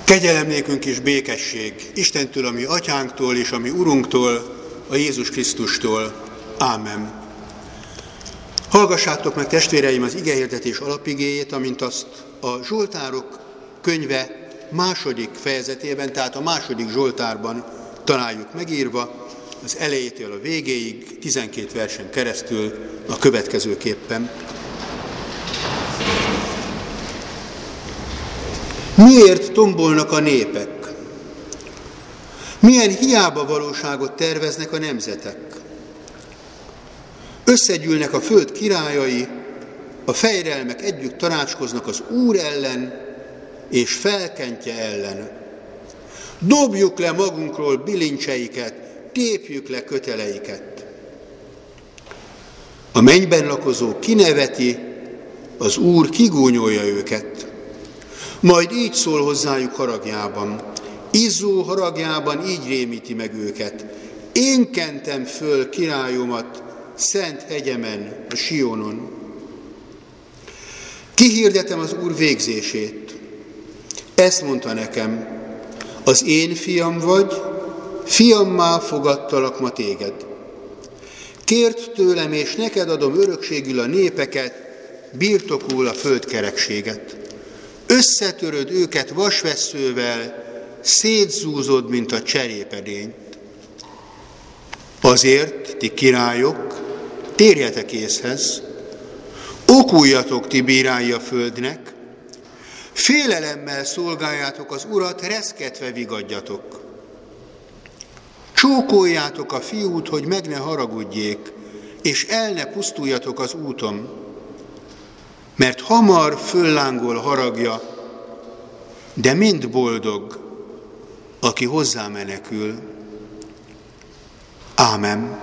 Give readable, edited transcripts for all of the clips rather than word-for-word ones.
Kegyelem nékünk és békesség Istentől, a mi atyánktól és a mi Urunktól, a Jézus Krisztustól. Ámen. Hallgassátok meg, testvéreim, az igehirdetés alapigéjét, amint azt a Zsoltárok könyve második fejezetében, tehát a második Zsoltárban találjuk megírva, az elejétől a végéig, 12 versen keresztül a következőképpen. Miért tombolnak a népek? Milyen hiába valóságot terveznek a nemzetek? Összegyűlnek a föld királyai, a fejrelmek együtt tanácskoznak az Úr ellen és felkentje ellen. Dobjuk le magunkról bilincseiket, tépjük le köteleiket. A mennyben lakozó kineveti, az Úr kigúnyolja őket. Majd így szól hozzájuk haragjában, izzó haragjában így rémíti meg őket. Én kentem föl királyomat szent hegyemen, a Sionon. Kihirdetem az Úr végzését. Ezt mondta nekem, az én fiam vagy, fiammá fogadtalak ma téged. Kérd tőlem, és neked adom örökségül a népeket, birtokul a földkerekséget. Összetöröd őket vasvesszővel, szétzúzod, mint a cserépedényt. Azért, ti királyok, térjetek észhez, okuljatok, ti bírái a földnek, félelemmel szolgáljátok az Urat, reszketve vigadjatok. Csókoljátok a fiút, hogy meg ne haragudjék, és el ne pusztuljatok az úton, mert hamar föllángol haragja, de mind boldog, aki hozzá menekül. Ámen.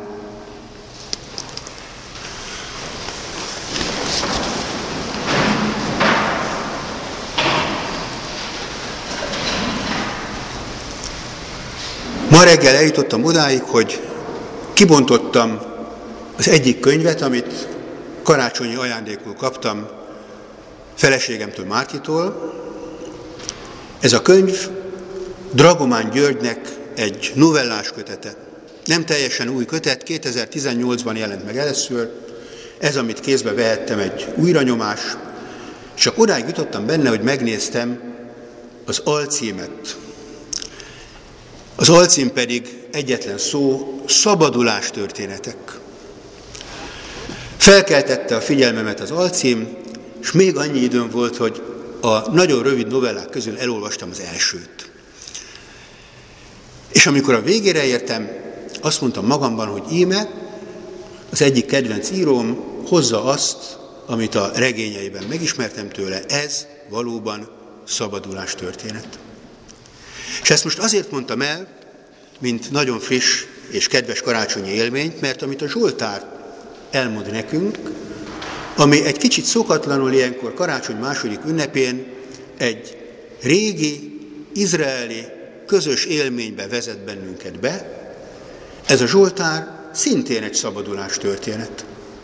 Ma reggel eljutottam odáig, hogy kibontottam az egyik könyvet, amit karácsonyi ajándékul kaptam feleségemtől, Mártitól. Ez a könyv Dragomán Györgynek egy novellás kötete. Nem teljesen új kötet, 2018-ban jelent meg először. Ez, amit kézbe vehettem, egy újranyomás. Csak odáig jutottam benne, hogy megnéztem az alcímet. Az alcím pedig egyetlen szó, szabadulás történetek. Felkeltette a figyelmemet az alcím, és még annyi időm volt, hogy a nagyon rövid novellák közül elolvastam az elsőt. És amikor a végére értem, azt mondtam magamban, hogy íme, az egyik kedvenc íróm hozza azt, amit a regényeiben megismertem tőle, ez valóban szabadulás történet. És ezt most azért mondtam el, mint nagyon friss és kedves karácsonyi élményt, mert amit a Zsoltár elmond nekünk, ami egy kicsit szokatlanul ilyenkor karácsony második ünnepén egy régi, izraeli, közös élménybe vezet bennünket be, ez a Zsoltár szintén egy szabadulás történet.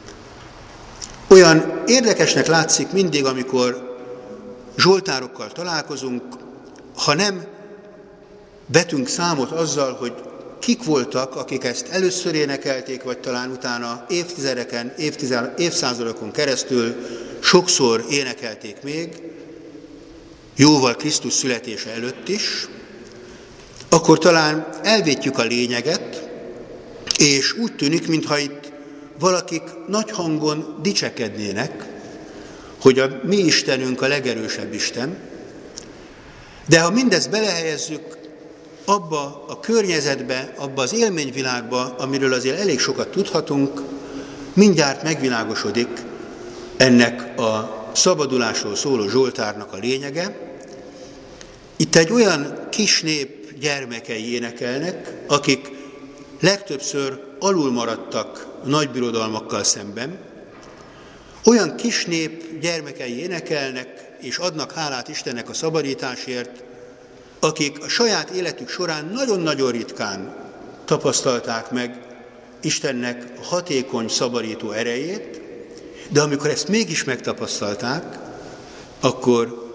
Olyan érdekesnek látszik mindig, amikor zsoltárokkal találkozunk, ha nem vetünk számot azzal, hogy kik voltak, akik ezt először énekelték, vagy talán utána évtizedeken, évszázadokon keresztül sokszor énekelték még, jóval Krisztus születése előtt is, akkor talán elvétjük a lényeget, és úgy tűnik, mintha itt valakik nagy hangon dicsekednének, hogy a mi Istenünk a legerősebb Isten, de ha mindezt belehelyezzük abba a környezetbe, abba az élményvilágba, amiről azért elég sokat tudhatunk, mindjárt megvilágosodik ennek a szabadulásról szóló Zsoltárnak a lényege. Itt egy olyan kis nép gyermekei énekelnek, akik legtöbbször alul maradtak a nagybirodalmakkal szemben. Olyan kis nép gyermekei énekelnek, és adnak hálát Istennek a szabadításért, akik a saját életük során nagyon-nagyon ritkán tapasztalták meg Istennek a hatékony, szabadító erejét, de amikor ezt mégis megtapasztalták, akkor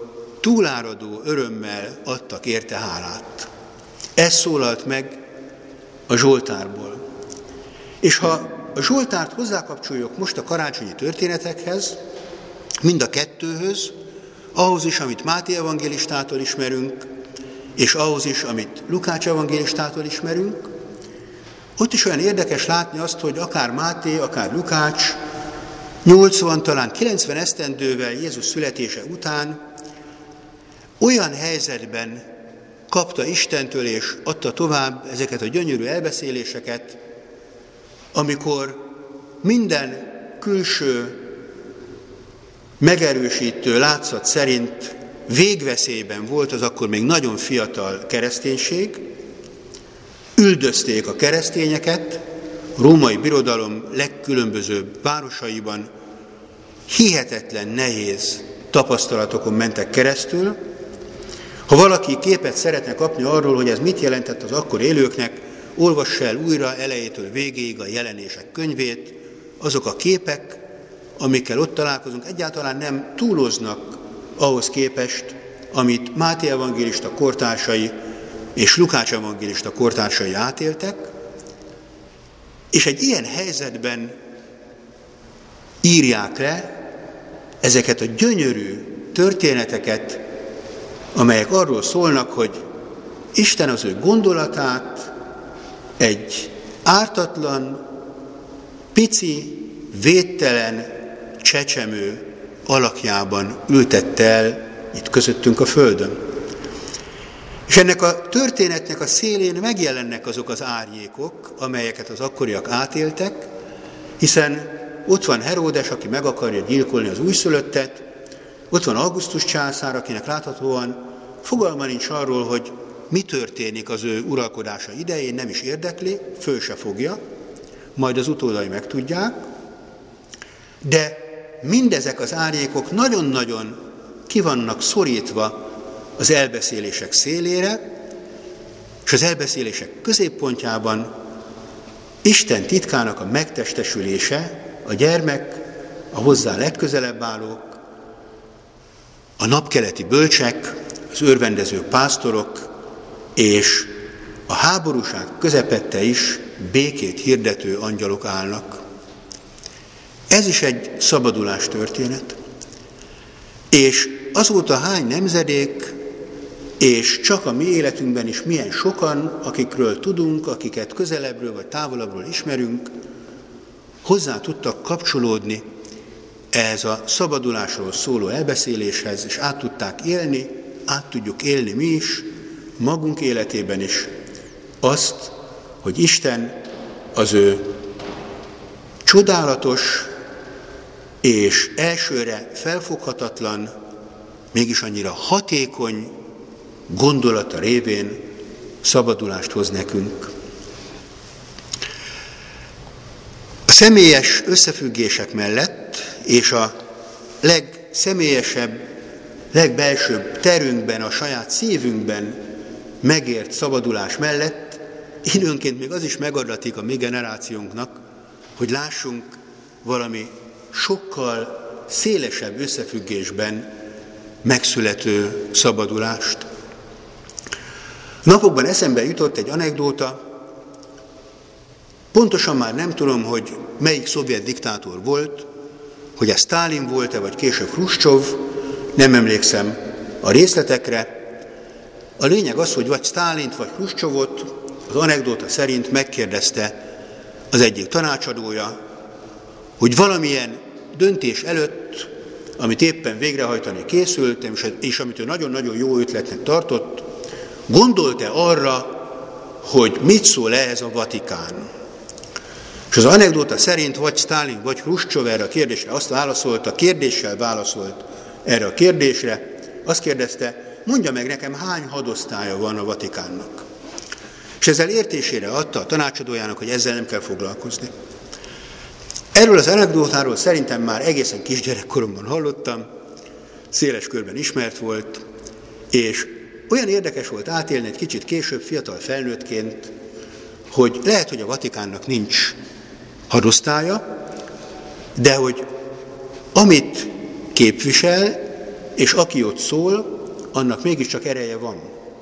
túláradó örömmel adtak érte hálát. Ez szólalt meg a Zsoltárból. És ha a Zsoltárt hozzákapcsoljuk most a karácsonyi történetekhez, mind a kettőhöz, ahhoz is, amit Máté evangélistától ismerünk, és ahhoz is, amit Lukács evangélistától ismerünk, ott is olyan érdekes látni azt, hogy akár Máté, akár Lukács 80, talán 90 esztendővel Jézus születése után olyan helyzetben kapta Istentől és adta tovább ezeket a gyönyörű elbeszéléseket, amikor minden külső megerősítő látszat szerint végveszélyben volt az akkor még nagyon fiatal kereszténység, üldözték a keresztényeket, a római birodalom legkülönbözőbb városaiban hihetetlen nehéz tapasztalatokon mentek keresztül. Ha valaki képet szeretne kapni arról, hogy ez mit jelentett az akkor élőknek, olvass el újra elejétől végéig a Jelenések könyvét. Azok a képek, amikkel ott találkozunk, egyáltalán nem túloznak ahhoz képest, amit Máté evangélista kortársai és Lukács evangélista kortársai átéltek, és egy ilyen helyzetben írják le ezeket a gyönyörű történeteket, amelyek arról szólnak, hogy Isten az ő gondolatát egy ártatlan, pici, védtelen, csecsemő alakjában ültette el itt közöttünk a földön. És ennek a történetnek a szélén megjelennek azok az árnyékok, amelyeket az akkoriak átéltek, hiszen ott van Heródes, aki meg akarja gyilkolni az újszülöttet, ott van Augustus császár, akinek láthatóan fogalma nincs arról, hogy mi történik az ő uralkodása idején, nem is érdekli, föl se fogja, majd az utódai megtudják, de mindezek az árnyékok nagyon-nagyon ki vannak szorítva az elbeszélések szélére, és az elbeszélések középpontjában Isten titkának a megtestesülése, a gyermek, a hozzá legközelebb állók, a napkeleti bölcsek, az örvendező pásztorok, és a háborúság közepette is békét hirdető angyalok állnak. Ez is egy szabadulás történet. És azóta hány nemzedék, és csak a mi életünkben is milyen sokan, akikről tudunk, akiket közelebbről vagy távolabbról ismerünk, hozzá tudtak kapcsolódni ehhez a szabadulásról szóló elbeszéléshez, és át tudták élni, át tudjuk élni mi is, magunk életében is azt, hogy Isten az ő csodálatos és elsőre felfoghatatlan, mégis annyira hatékony gondolata révén szabadulást hoz nekünk. A személyes összefüggések mellett és a legszemélyesebb, legbelsőbb terünkben, a saját szívünkben megért szabadulás mellett időnként még az is megadatik a mi generációnknak, hogy lássunk valami sokkal szélesebb összefüggésben megszülető szabadulást. Napokban eszembe jutott egy anekdóta, pontosan már nem tudom, hogy melyik szovjet diktátor volt, hogy ez Sztálin volt-e, vagy később Hruscsov, nem emlékszem a részletekre. A lényeg az, hogy vagy Sztálint, vagy Hruscsovot az anekdóta szerint megkérdezte az egyik tanácsadója, hogy valamilyen döntés előtt, amit éppen végrehajtani készültem, és amit ő nagyon-nagyon jó ötletnek tartott, gondolt-e arra, hogy mit szól ehhez a Vatikán? És az anekdóta szerint vagy Sztálin, vagy Hruscsov erre a kérdésre azt válaszolta, kérdéssel válaszolt erre a kérdésre, azt kérdezte, mondja meg nekem, hány hadosztálya van a Vatikánnak. És ezzel értésére adta a tanácsadójának, hogy ezzel nem kell foglalkozni. Erről az anekdótáról szerintem már egészen kisgyerekkoromban hallottam, széles körben ismert volt, és olyan érdekes volt átélni egy kicsit később, fiatal felnőttként, hogy lehet, hogy a Vatikánnak nincs hadosztálya, de hogy amit képvisel, és aki ott szól, annak mégiscsak ereje van.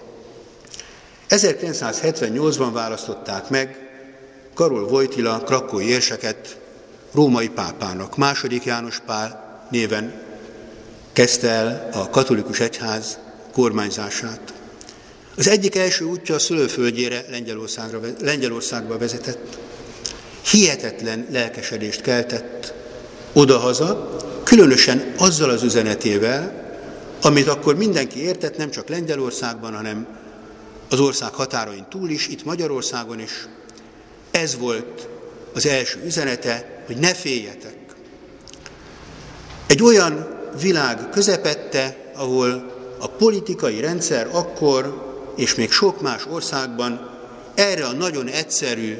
1978-ban választották meg Karol Wojtyla krakói érseket római pápának. II. János Pál néven kezdte el a katolikus egyház kormányzását. Az egyik első útja a szülőföldjére, Lengyelországba vezetett. Hihetetlen lelkesedést keltett odahaza, különösen azzal az üzenetével, amit akkor mindenki értett, nem csak Lengyelországban, hanem az ország határain túl is, itt Magyarországon is. Ez volt az első üzenete, hogy ne féljetek. Egy olyan világ közepette, ahol a politikai rendszer akkor, és még sok más országban erre a nagyon egyszerű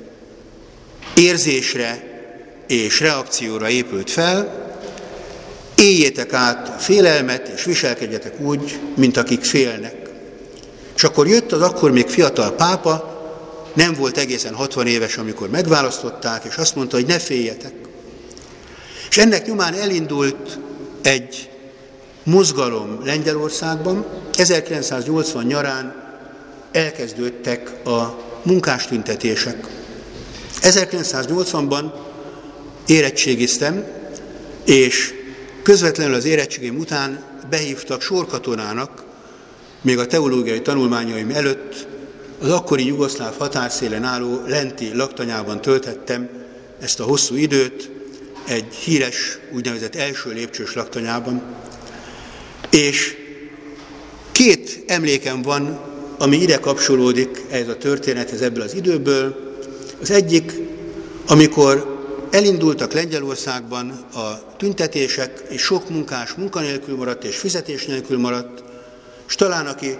érzésre és reakcióra épült fel: éljétek át a félelmet, és viselkedjetek úgy, mint akik félnek. És akkor jött az akkor még fiatal pápa, nem volt egészen 60 éves, amikor megválasztották, és azt mondta, hogy ne féljetek. És ennek nyomán elindult egy mozgalom Lengyelországban. 1980 nyarán elkezdődtek a munkástüntetések. 1980-ban érettségiztem, és közvetlenül az érettségim után behívtak sorkatonának, még a teológiai tanulmányaim előtt az akkori jugoszláv határszélen álló lenti laktanyában töltettem ezt a hosszú időt, egy híres, úgynevezett első lépcsős laktanyában. És két emlékem van, ami ide kapcsolódik ehhez a történethez ebből az időből. Az egyik, amikor elindultak Lengyelországban a tüntetések, és sok munkás munkanélkül maradt, és fizetés nélkül maradt, és talán aki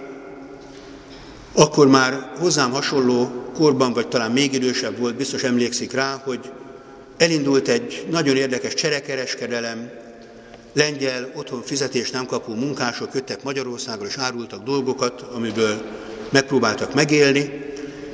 akkor már hozzám hasonló korban, vagy talán még idősebb volt, biztos emlékszik rá, hogy elindult egy nagyon érdekes cserekereskedelem. Lengyel, otthon fizetést nem kapó munkások jöttek Magyarországra, és árultak dolgokat, amiből megpróbáltak megélni,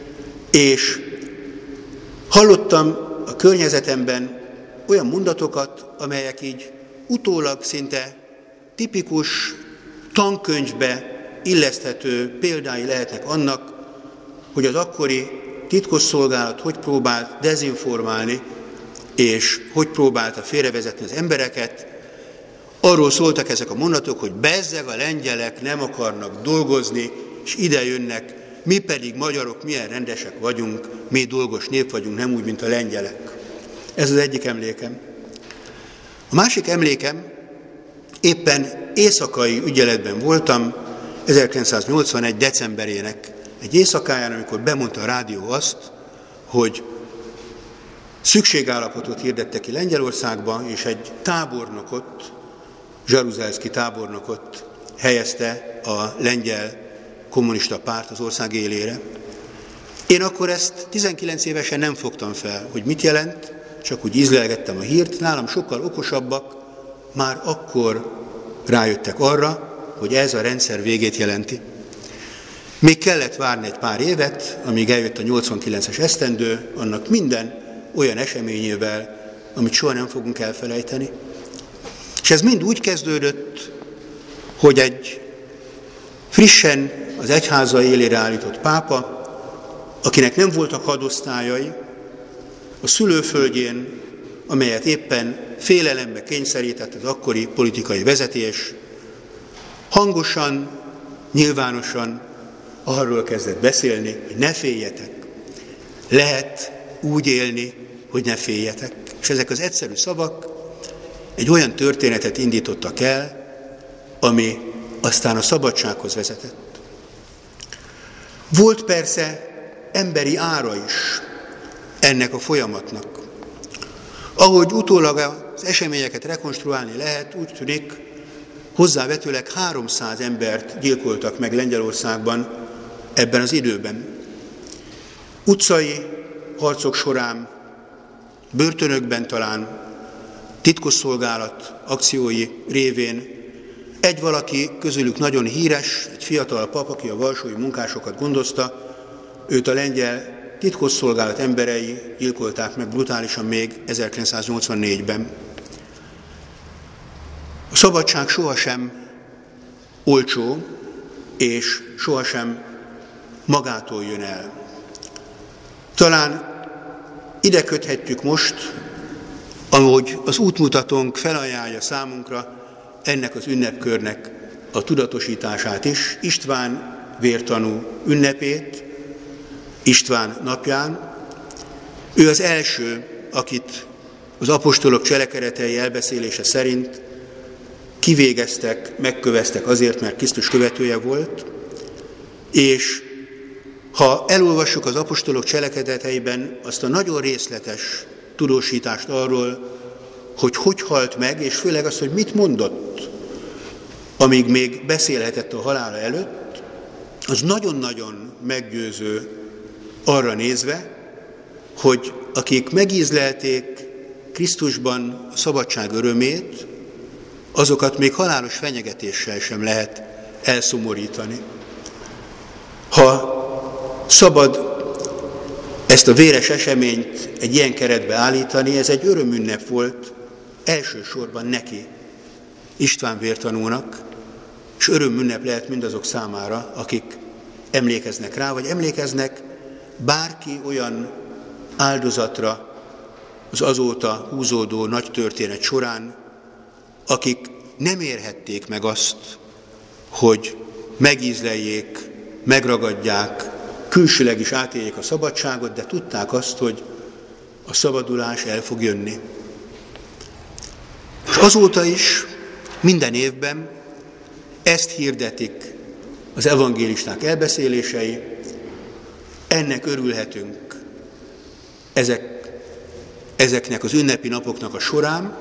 és hallottam a környezetemben olyan mondatokat, amelyek így utólag szinte tipikus tankönyvbe illeszthető példái lehetnek annak, hogy az akkori titkosszolgálat hogy próbált dezinformálni, és hogy próbálta félrevezetni az embereket. Arról szóltak ezek a mondatok, hogy bezzeg a lengyelek nem akarnak dolgozni, és ide jönnek, mi pedig magyarok milyen rendesek vagyunk, mi dolgos nép vagyunk, nem úgy, mint a lengyelek. Ez az egyik emlékem. A másik emlékem, éppen éjszakai ügyeletben voltam, 1981. decemberének egy éjszakáján, amikor bemondta a rádió azt, hogy szükségállapotot hirdettek ki Lengyelországba, és egy tábornokot, Zsaruzelszky tábornokot helyezte a lengyel kommunista párt az ország élére. Én akkor ezt 19 évesen nem fogtam fel, hogy mit jelent, csak úgy ízlelgettem a hírt. Nálam sokkal okosabbak már akkor rájöttek arra, hogy ez a rendszer végét jelenti. Még kellett várni egy pár évet, amíg eljött a 89-es esztendő, annak minden olyan eseményével, amit soha nem fogunk elfelejteni. És ez mind úgy kezdődött, hogy egy frissen az egyháza élére állított pápa, akinek nem voltak hadosztályai, a szülőföldjén, amelyet éppen félelembe kényszerített az akkori politikai vezetés, hangosan, nyilvánosan arról kezdett beszélni, hogy ne féljetek. Lehet úgy élni, hogy ne féljetek. És ezek az egyszerű szavak egy olyan történetet indítottak el, ami aztán a szabadsághoz vezetett. Volt persze emberi ára is ennek a folyamatnak. Ahogy utólag az eseményeket rekonstruálni lehet, úgy tűnik, hozzávetőleg 300 embert gyilkoltak meg Lengyelországban ebben az időben. Utcai harcok során, börtönökben talán, titkosszolgálat akciói révén. Egy valaki közülük nagyon híres, egy fiatal pap, aki a varsói munkásokat gondozta, őt a lengyel titkosszolgálat emberei gyilkolták meg brutálisan még 1984-ben. A szabadság sohasem olcsó, és sohasem magától jön el. Talán ide köthetjük most, ahogy az útmutatónk felajánlja számunkra ennek az ünnepkörnek a tudatosítását is, István vértanú ünnepét, István napján. Ő az első, akit az apostolok cselekedetei elbeszélése szerint kivégeztek, megköveztek azért, mert Krisztus követője volt, és ha elolvassuk az apostolok cselekedeteiben azt a nagyon részletes tudósítást arról, hogy halt meg, és főleg azt, hogy mit mondott, amíg még beszélhetett a halála előtt, az nagyon-nagyon meggyőző arra nézve, hogy akik megízlelték Krisztusban a szabadság örömét, azokat még halálos fenyegetéssel sem lehet elszomorítani. Ha szabad ezt a véres eseményt egy ilyen keretbe állítani, ez egy örömünnep volt elsősorban neki, István vértanúnak, és örömünnep lehet mindazok számára, akik emlékeznek rá, vagy emlékeznek bárki olyan áldozatra az azóta húzódó nagy történet során, akik nem érhették meg azt, hogy megízleljék, megragadják, külsőleg is átéljék a szabadságot, de tudták azt, hogy a szabadulás el fog jönni. És azóta is minden évben ezt hirdetik az evangélisták elbeszélései, ennek örülhetünk ezeknek az ünnepi napoknak a során,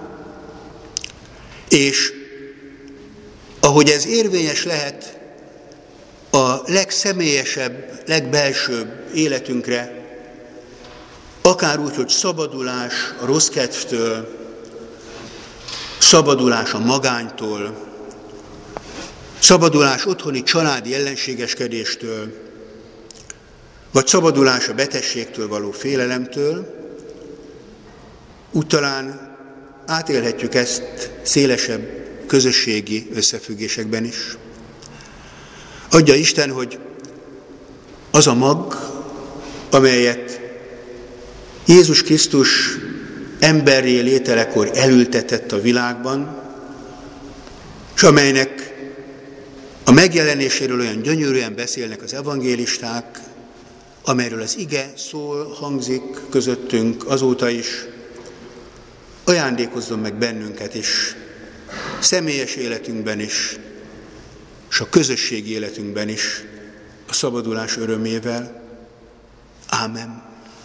és ahogy ez érvényes lehet a legszemélyesebb, legbelsőbb életünkre, akár úgy, hogy szabadulás a rossz kedvtől, szabadulás a magánytól, szabadulás otthoni családi ellenségeskedéstől, vagy szabadulás a betegségtől való félelemtől, úgy talán átélhetjük ezt szélesebb közösségi összefüggésekben is. Adja Isten, hogy az a mag, amelyet Jézus Krisztus emberré lételekor elültetett a világban, és amelynek a megjelenéséről olyan gyönyörűen beszélnek az evangélisták, amelyről az ige szól, hangzik közöttünk azóta is, ajándékozzon meg bennünket is, személyes életünkben is, és a közösségi életünkben is a szabadulás örömével. Ámen.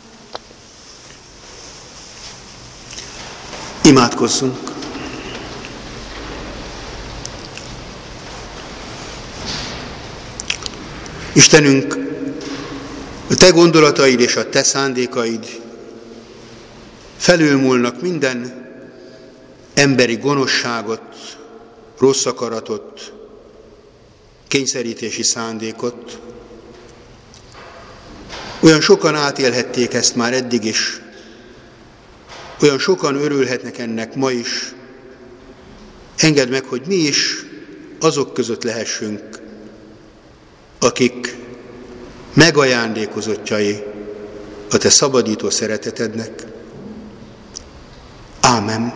Imádkozzunk! Istenünk, a Te gondolataid és a Te szándékaid felülmúlnak minden emberi gonoszságot, rossz akaratot, kényszerítési szándékot. Olyan sokan átélhették ezt már eddig is, olyan sokan örülhetnek ennek ma is. Engedd meg, hogy mi is azok között lehessünk, akik megajándékozottjai a Te szabadító szeretetednek. Ámen.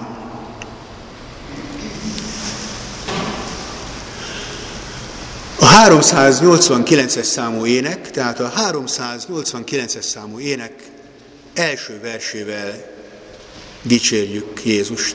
A 389-es számú ének, tehát a 389-es számú ének első versével dicsérjük Jézust.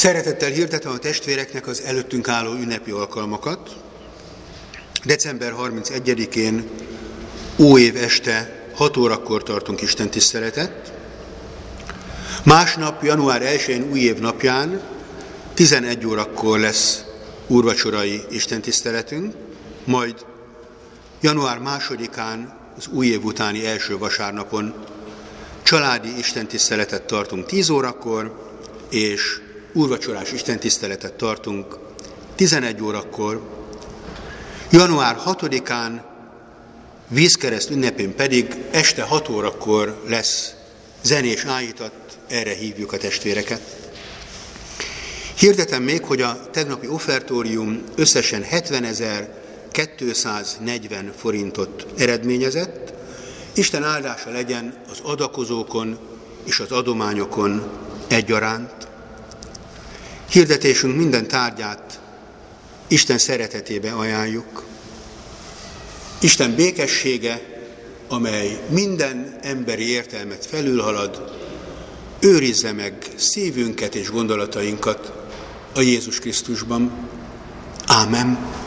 Szeretettel hirdetem a testvéreknek az előttünk álló ünnepi alkalmakat. December 31-én óév este 6 órakor tartunk istentiszteletet. Másnap, január 1-én újév napján 11 órakor lesz úrvacsorai istentiszteletünk, majd január 2-án, az újév utáni első vasárnapon családi istentiszteletet tartunk 10 órakor, és úrvacsorás istentiszteletet tartunk 11 órakor. Január 6-án, vízkereszt ünnepén pedig este 6 órakor lesz zenés áhítat, erre hívjuk a testvéreket. Hirdetem még, hogy a tegnapi offertórium összesen 70.240 forintot eredményezett. Isten áldása legyen az adakozókon és az adományokon egyaránt. Hirdetésünk minden tárgyát Isten szeretetébe ajánljuk. Isten békessége, amely minden emberi értelmet felülhalad, őrizze meg szívünket és gondolatainkat a Jézus Krisztusban. Ámen.